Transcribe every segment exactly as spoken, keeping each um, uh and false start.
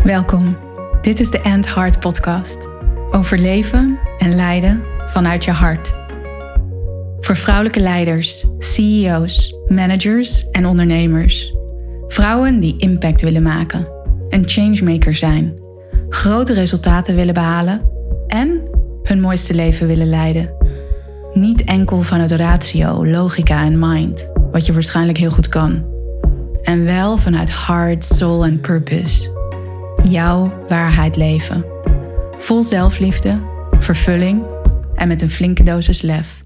Welkom. Dit is de And Heart podcast. Over leven en leiden vanuit je hart. Voor vrouwelijke leiders, C E O's, managers en ondernemers. Vrouwen die impact willen maken. Een changemaker zijn. Grote resultaten willen behalen. En hun mooiste leven willen leiden. Niet enkel vanuit ratio, logica en mind. Wat je waarschijnlijk heel goed kan. En wel vanuit heart, soul en purpose. Jouw waarheid leven. Vol zelfliefde, vervulling en met een flinke dosis lef.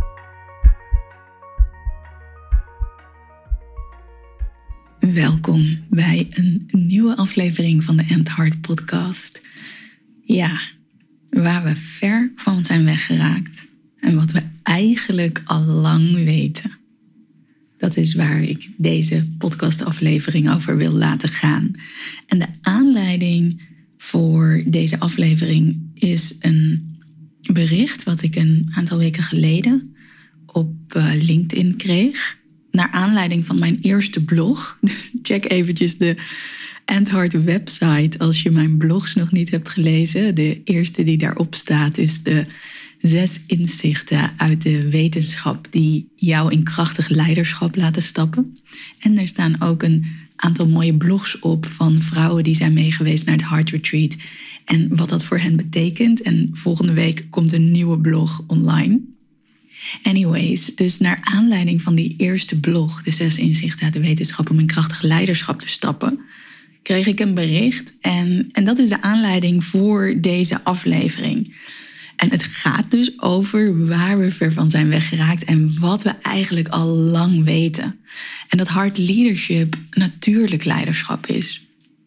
Welkom bij een nieuwe aflevering van de And Heart podcast. Ja, waar we ver van zijn weggeraakt en wat we eigenlijk al lang weten. Dat is waar ik deze podcastaflevering over wil laten gaan. En de aanleiding voor deze aflevering is een bericht wat ik een aantal weken geleden op LinkedIn kreeg. Naar aanleiding van mijn eerste blog. Check eventjes de And Heart website als je mijn blogs nog niet hebt gelezen. De eerste die daarop staat is de zes inzichten uit de wetenschap die jou in krachtig leiderschap laten stappen. En er staan ook een aantal mooie blogs op van vrouwen die zijn meegeweest naar het Heart Retreat. En wat dat voor hen betekent. En volgende week komt een nieuwe blog online. Anyways, dus naar aanleiding van die eerste blog, de zes inzichten uit de wetenschap om in krachtig leiderschap te stappen, kreeg ik een bericht. En, en dat is de aanleiding voor deze aflevering. En het gaat dus over waar we ver van zijn weggeraakt en wat we eigenlijk al lang weten. En dat heart leadership natuurlijk leiderschap is.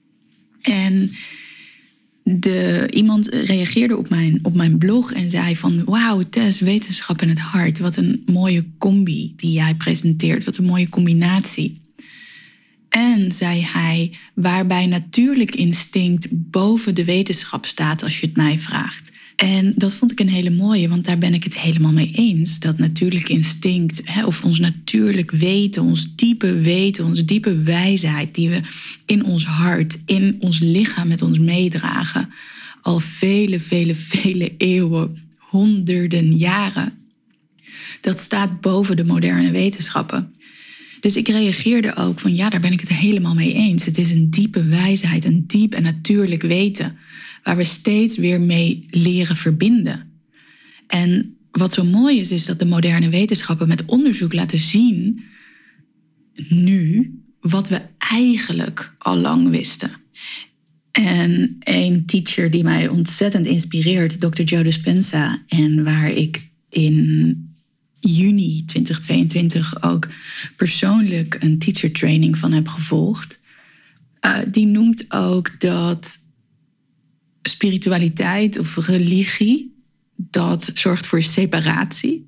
En de, iemand reageerde op mijn, op mijn blog en zei van, wauw Tess, wetenschap en het hart. Wat een mooie combi die jij presenteert. Wat een mooie combinatie. En zei hij, waarbij natuurlijk instinct boven de wetenschap staat als je het mij vraagt. En dat vond ik een hele mooie, want daar ben ik het helemaal mee eens. Dat natuurlijk instinct, hè, of ons natuurlijk weten, ons diepe weten, onze diepe wijsheid die we in ons hart, in ons lichaam met ons meedragen. Al vele, vele, vele eeuwen, honderden jaren. Dat staat boven de moderne wetenschappen. Dus ik reageerde ook van ja, daar ben ik het helemaal mee eens. Het is een diepe wijsheid, een diep en natuurlijk weten, waar we steeds weer mee leren verbinden. En wat zo mooi is, is dat de moderne wetenschappen met onderzoek laten zien, nu, wat we eigenlijk al lang wisten. En een teacher die mij ontzettend inspireert, dokter Joe Dispenza, en waar ik in juni twintig tweeëntwintig ook persoonlijk een teacher training van heb gevolgd, uh, die noemt ook dat spiritualiteit of religie, dat zorgt voor separatie.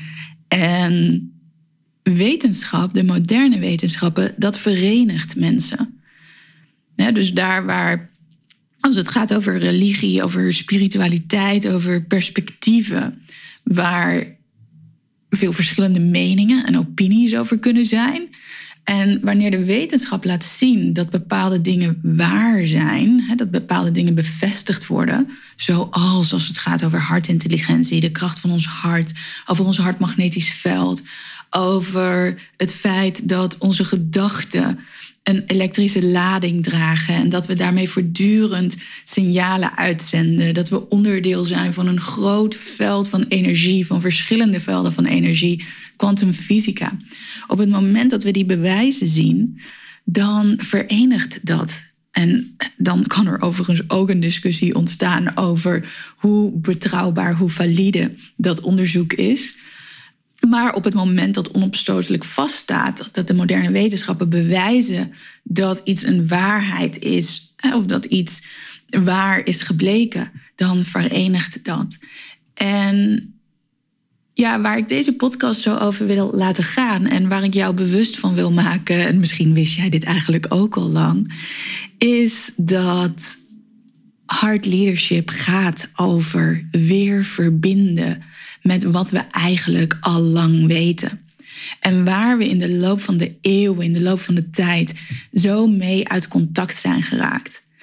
En wetenschap, de moderne wetenschappen, dat verenigt mensen. Ja, dus daar waar, als het gaat over religie, over spiritualiteit, over perspectieven, waar veel verschillende meningen en opinies over kunnen zijn. En wanneer de wetenschap laat zien dat bepaalde dingen waar zijn, dat bepaalde dingen bevestigd worden, zoals als het gaat over hartintelligentie, de kracht van ons hart, over ons hartmagnetisch veld, over het feit dat onze gedachten een elektrische lading dragen en dat we daarmee voortdurend signalen uitzenden, dat we onderdeel zijn van een groot veld van energie, van verschillende velden van energie, kwantumfysica. Op het moment dat we die bewijzen zien, dan verenigt dat. En dan kan er overigens ook een discussie ontstaan over hoe betrouwbaar, hoe valide dat onderzoek is. Maar op het moment dat onopstotelijk vaststaat dat de moderne wetenschappen bewijzen dat iets een waarheid is, of dat iets waar is gebleken, dan verenigt dat. En ja, waar ik deze podcast zo over wil laten gaan en waar ik jou bewust van wil maken, en misschien wist jij dit eigenlijk ook al lang, is dat heart leadership gaat over weer verbinden met wat we eigenlijk al lang weten. En waar we in de loop van de eeuwen, in de loop van de tijd, zo mee uit contact zijn geraakt.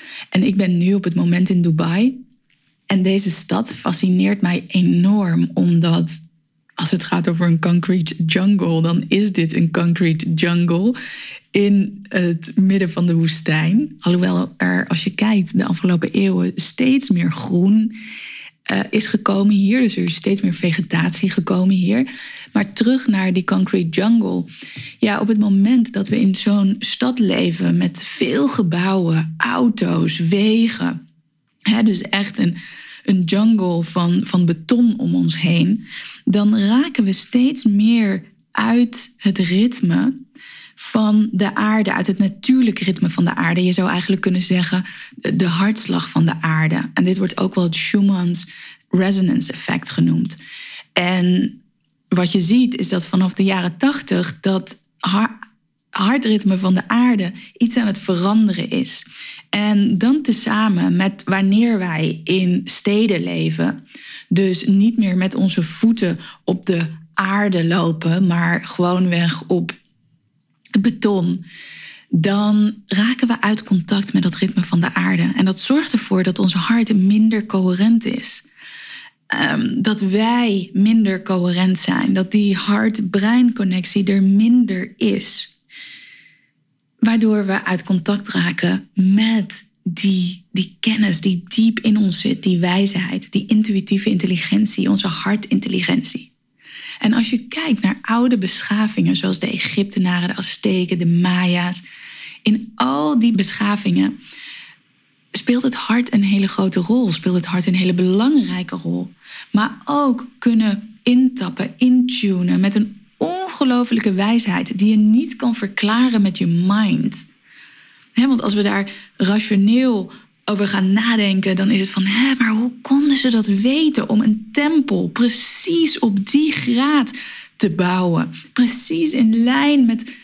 En ik ben nu op het moment in Dubai. En deze stad fascineert mij enorm, omdat als het gaat over een concrete jungle, dan is dit een concrete jungle in het midden van de woestijn. Alhoewel er, als je kijkt, de afgelopen eeuwen steeds meer groen uh, is gekomen hier. Dus er is steeds meer vegetatie gekomen hier. Maar terug naar die concrete jungle. Ja, op het moment dat we in zo'n stad leven met veel gebouwen, auto's, wegen. Hè, dus echt een, een jungle van, van beton om ons heen. Dan raken we steeds meer uit het ritme van de aarde, uit het natuurlijke ritme van de aarde. Je zou eigenlijk kunnen zeggen de hartslag van de aarde. En dit wordt ook wel het Schumann's resonance effect genoemd. En wat je ziet is dat vanaf de jaren tachtig dat hartritme van de aarde iets aan het veranderen is. En dan tezamen met wanneer wij in steden leven, dus niet meer met onze voeten op de aarde lopen, maar gewoonweg op beton, dan raken we uit contact met dat ritme van de aarde. En dat zorgt ervoor dat ons hart minder coherent is. Um, dat wij minder coherent zijn. Dat die hart-brein-connectie er minder is. Waardoor we uit contact raken met die, die kennis die diep in ons zit. Die wijsheid, die intuïtieve intelligentie, onze hartintelligentie. En als je kijkt naar oude beschavingen zoals de Egyptenaren, de Azteken, de Maya's. In al die beschavingen speelt het hart een hele grote rol. Speelt het hart een hele belangrijke rol. Maar ook kunnen intappen, intunen met een ongelofelijke wijsheid die je niet kan verklaren met je mind. He, want als we daar rationeel over gaan nadenken, dan is het van, hé, maar hoe konden ze dat weten om een tempel precies op die graad te bouwen? Precies in lijn met,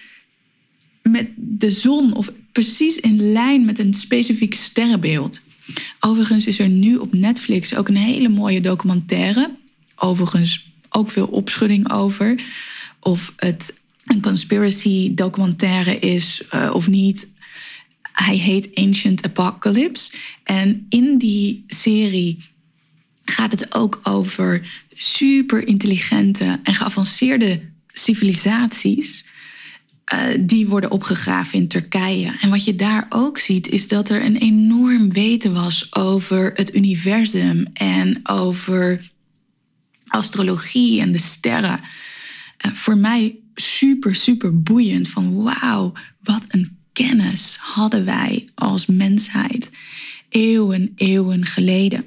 met de zon of precies in lijn met een specifiek sterrenbeeld. Overigens is er nu op Netflix ook een hele mooie documentaire. Overigens ook veel opschudding over. Of het een conspiracy documentaire is uh, of niet. Hij heet Ancient Apocalypse. En in die serie gaat het ook over super intelligente en geavanceerde civilisaties Uh, die worden opgegraven in Turkije. En wat je daar ook ziet, is dat er een enorm weten was over het universum en over astrologie en de sterren. Uh, voor mij super, super boeiend van wauw, wat een kennis hadden wij als mensheid eeuwen, eeuwen geleden.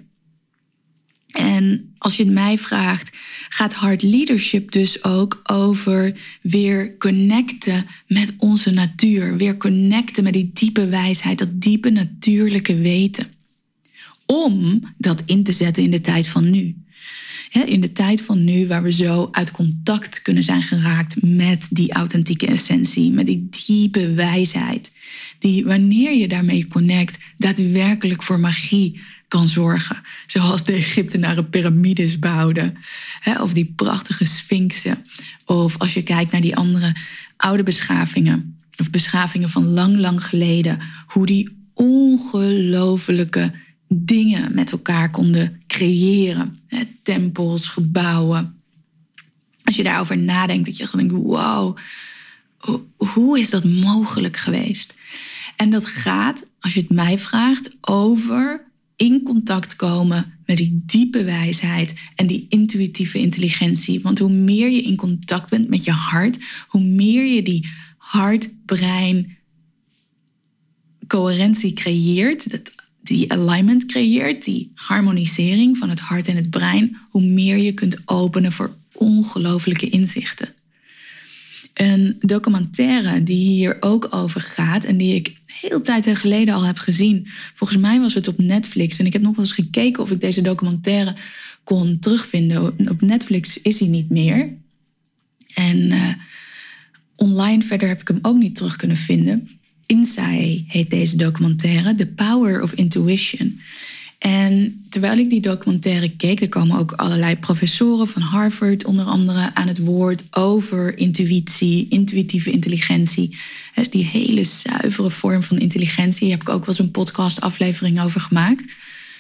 En als je het mij vraagt, gaat Heart Leadership dus ook over weer connecten met onze natuur. Weer connecten met die diepe wijsheid, dat diepe natuurlijke weten. Om dat in te zetten in de tijd van nu. In de tijd van nu waar we zo uit contact kunnen zijn geraakt met die authentieke essentie. Met die diepe wijsheid. Die wanneer je daarmee connect, daadwerkelijk voor magie kan zorgen. Zoals de Egyptenaren piramides bouwden. Of die prachtige sphinxen. Of als je kijkt naar die andere oude beschavingen. Of beschavingen van lang, lang geleden. Hoe die ongelofelijke dingen met elkaar konden creëren. Tempels, gebouwen. Als je daarover nadenkt, dat je gewoon denkt, wow, hoe is dat mogelijk geweest? En dat gaat, als je het mij vraagt, over in contact komen met die diepe wijsheid en die intuïtieve intelligentie. Want hoe meer je in contact bent met je hart, hoe meer je die hart-brein coherentie creëert, dat, die alignment creëert, die harmonisering van het hart en het brein, hoe meer je kunt openen voor ongelofelijke inzichten. Een documentaire die hier ook over gaat en die ik heel tijd geleden al heb gezien. Volgens mij was het op Netflix en ik heb nog wel eens gekeken of ik deze documentaire kon terugvinden. Op Netflix is hij niet meer. En uh, online verder heb ik hem ook niet terug kunnen vinden. Inside heet deze documentaire, The Power of Intuition. En terwijl ik die documentaire keek, er komen ook allerlei professoren van Harvard onder andere aan het woord over intuïtie, intuïtieve intelligentie. Dus die hele zuivere vorm van intelligentie, daar heb ik ook wel eens een podcastaflevering over gemaakt.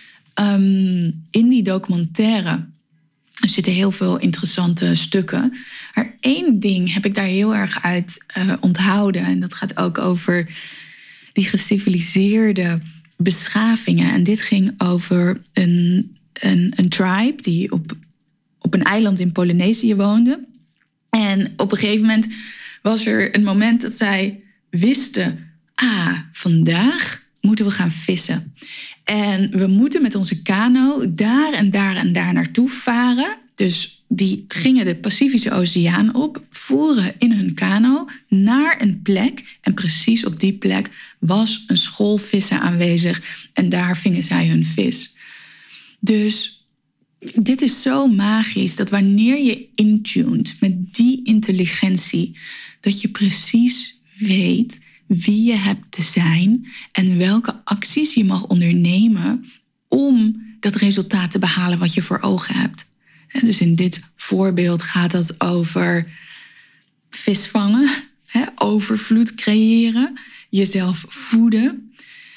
Um, in die documentaire er zitten heel veel interessante stukken. Maar één ding heb ik daar heel erg uit uh, onthouden. En dat gaat ook over die geciviliseerde beschavingen. En dit ging over een, een, een tribe die op, op een eiland in Polynesië woonde. En op een gegeven moment was er een moment dat zij wisten... ah, vandaag moeten we gaan vissen. En we moeten met onze kano daar en daar en daar naartoe varen. Dus die gingen de Pacifische Oceaan op, voeren in hun kano naar een plek. En precies op die plek was een school vissen aanwezig. En daar vingen zij hun vis. Dus dit is zo magisch dat wanneer je intuned met die intelligentie, dat je precies weet wie je hebt te zijn en welke acties je mag ondernemen om dat resultaat te behalen wat je voor ogen hebt. En dus in dit voorbeeld gaat het over vis vangen, overvloed creëren, jezelf voeden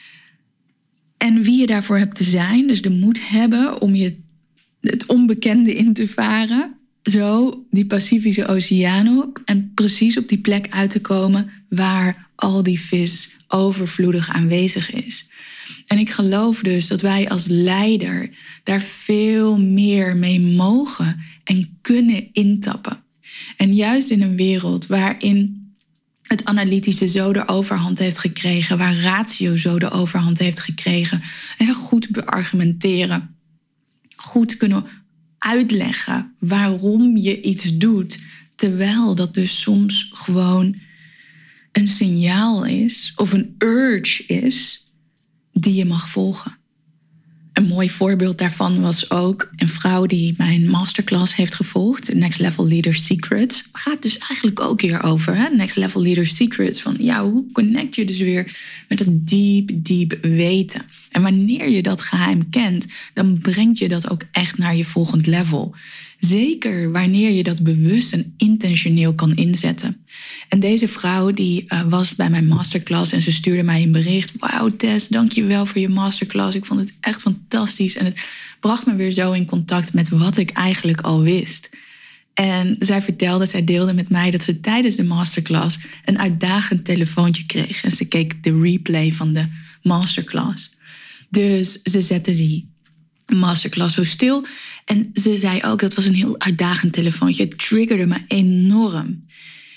en wie je daarvoor hebt te zijn. Dus de moed hebben om je het onbekende in te varen, zo die Pacifische Oceaan op en precies op die plek uit te komen waar al die vis overvloedig aanwezig is. En ik geloof dus dat wij als leider daar veel meer mee mogen en kunnen intappen. En juist in een wereld waarin het analytische zo de overhand heeft gekregen, waar ratio zo de overhand heeft gekregen, en goed beargumenteren, goed kunnen uitleggen waarom je iets doet, terwijl dat dus soms gewoon een signaal is of een urge is die je mag volgen. Een mooi voorbeeld daarvan was ook een vrouw die mijn masterclass heeft gevolgd, Next Level Leader Secrets. Gaat dus eigenlijk ook hier over, hè? Next Level Leader Secrets. Van ja, hoe connect je dus weer met dat diep, diep weten? En wanneer je dat geheim kent, dan brengt je dat ook echt naar je volgend level. Zeker wanneer je dat bewust en intentioneel kan inzetten. En deze vrouw die uh, was bij mijn masterclass en ze stuurde mij een bericht. Wauw Tess, dank je wel voor je masterclass. Ik vond het echt fantastisch. En het bracht me weer zo in contact met wat ik eigenlijk al wist. En zij vertelde, zij deelde met mij dat ze tijdens de masterclass een uitdagend telefoontje kreeg. En ze keek de replay van de masterclass. Dus ze zette die masterclass zo stil. En ze zei ook, dat was een heel uitdagend telefoontje. Het triggerde me enorm.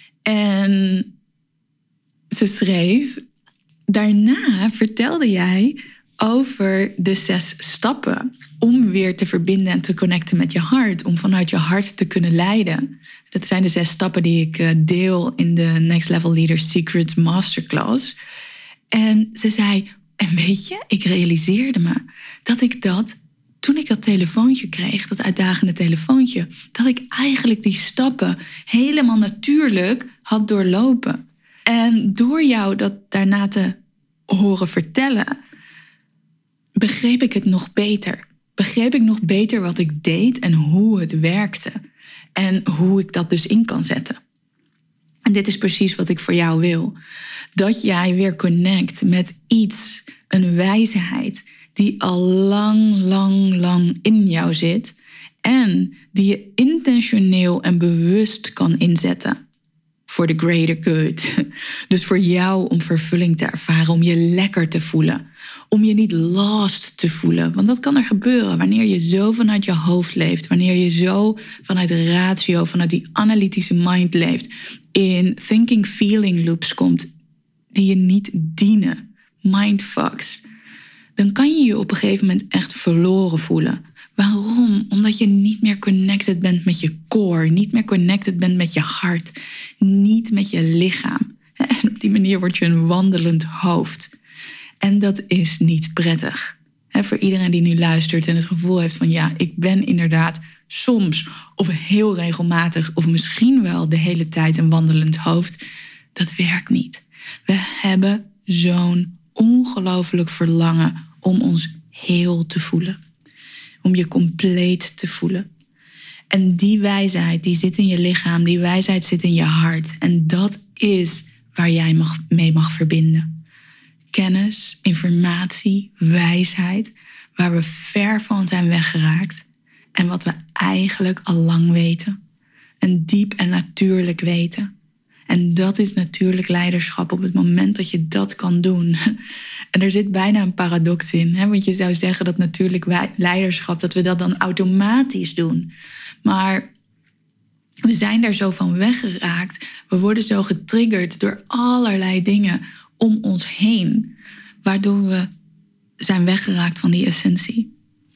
En ze schreef, daarna vertelde jij over de zes stappen om weer te verbinden en te connecten met je hart. Om vanuit je hart te kunnen leiden. Dat zijn de zes stappen die ik deel in de Next Level Leader Secrets Masterclass. En ze zei, en weet je, ik realiseerde me dat ik dat, toen ik dat telefoontje kreeg, dat uitdagende telefoontje, dat ik eigenlijk die stappen helemaal natuurlijk had doorlopen. En door jou dat daarna te horen vertellen, begreep ik het nog beter. Begreep ik nog beter wat ik deed en hoe het werkte. En hoe ik dat dus in kan zetten. En dit is precies wat ik voor jou wil. Dat jij weer connect met iets, een wijsheid die al lang, lang, lang in jou zit. En die je intentioneel en bewust kan inzetten. Voor the greater good. Dus voor jou om vervulling te ervaren, om je lekker te voelen. Om je niet lost te voelen. Want dat kan er gebeuren wanneer je zo vanuit je hoofd leeft. Wanneer je zo vanuit de ratio, vanuit die analytische mind leeft. In thinking feeling loops komt die je niet dienen. Mindfucks. Dan kan je je op een gegeven moment echt verloren voelen. Waarom? Omdat je niet meer connected bent met je core. Niet meer connected bent met je hart. Niet met je lichaam. En op die manier word je een wandelend hoofd. En dat is niet prettig. He, voor iedereen die nu luistert en het gevoel heeft van ja, ik ben inderdaad soms of heel regelmatig of misschien wel de hele tijd een wandelend hoofd. Dat werkt niet. We hebben zo'n ongelooflijk verlangen om ons heel te voelen. Om je compleet te voelen. En die wijsheid die zit in je lichaam, die wijsheid zit in je hart. En dat is waar jij mag, mee mag verbinden. Kennis, informatie, wijsheid, waar we ver van zijn weggeraakt. En wat we eigenlijk al lang weten. En diep en natuurlijk weten. En dat is natuurlijk leiderschap op het moment dat je dat kan doen. En er zit bijna een paradox in. Hè? Want je zou zeggen dat natuurlijk leiderschap, dat we dat dan automatisch doen. Maar we zijn daar zo van weggeraakt. We worden zo getriggerd door allerlei dingen om ons heen. Waardoor we zijn weggeraakt van die essentie.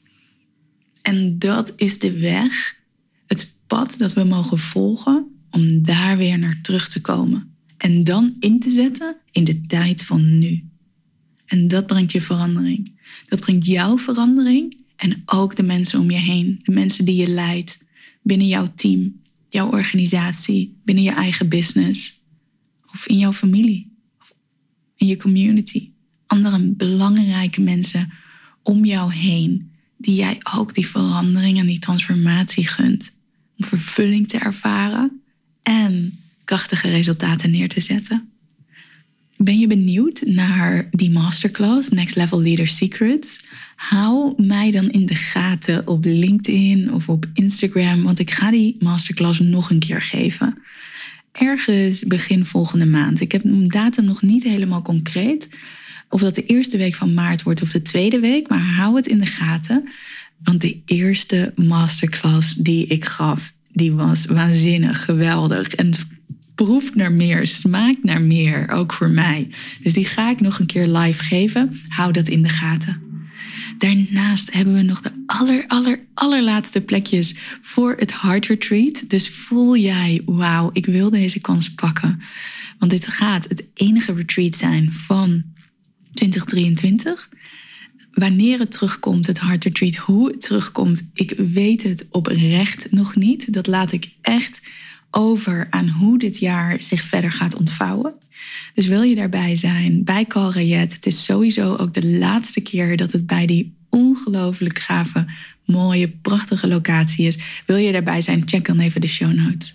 En dat is de weg, het pad dat we mogen volgen om daar weer naar terug te komen. En dan in te zetten in de tijd van nu. En dat brengt je verandering. Dat brengt jouw verandering en ook de mensen om je heen. De mensen die je leidt. Binnen jouw team, jouw organisatie, binnen je eigen business. Of in jouw familie. Of in je community. Andere belangrijke mensen om jou heen. Die jij ook die verandering en die transformatie gunt. Om vervulling te ervaren en krachtige resultaten neer te zetten. Ben je benieuwd naar die masterclass, Next Level Leader Secrets? Hou mij dan in de gaten op LinkedIn of op Instagram, want ik ga die masterclass nog een keer geven. Ergens begin volgende maand. Ik heb een datum nog niet helemaal concreet. Of dat de eerste week van maart wordt of de tweede week, maar hou het in de gaten. Want de eerste masterclass die ik gaf, die was waanzinnig, geweldig. En proeft naar meer, smaakt naar meer, ook voor mij. Dus die ga ik nog een keer live geven. Hou dat in de gaten. Daarnaast hebben we nog de aller, aller, allerlaatste plekjes voor het Heart Retreat. Dus voel jij, wauw, ik wil deze kans pakken. Want dit gaat het enige retreat zijn van twintig drieëntwintig. Wanneer het terugkomt, het Heart Retreat, hoe het terugkomt, ik weet het oprecht nog niet. Dat laat ik echt over aan hoe dit jaar zich verder gaat ontvouwen. Dus wil je daarbij zijn, bij Call Rayet. Het is sowieso ook de laatste keer dat het bij die ongelooflijk gave, mooie, prachtige locatie is. Wil je daarbij zijn, check dan even de show notes.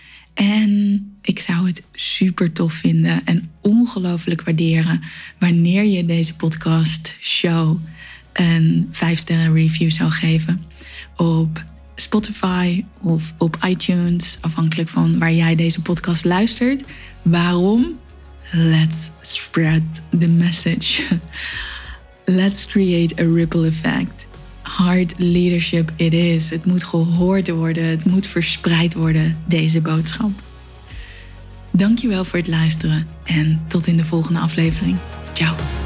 En ik zou het super tof vinden en ongelooflijk waarderen wanneer je deze podcast show een vijf sterren review zou geven op Spotify of op iTunes, afhankelijk van waar jij deze podcast luistert. Waarom? Let's spread the message. Let's create a ripple effect. Hard leadership it is. Het moet gehoord worden. Het moet verspreid worden, deze boodschap. Dankjewel voor het luisteren en tot in de volgende aflevering. Ciao.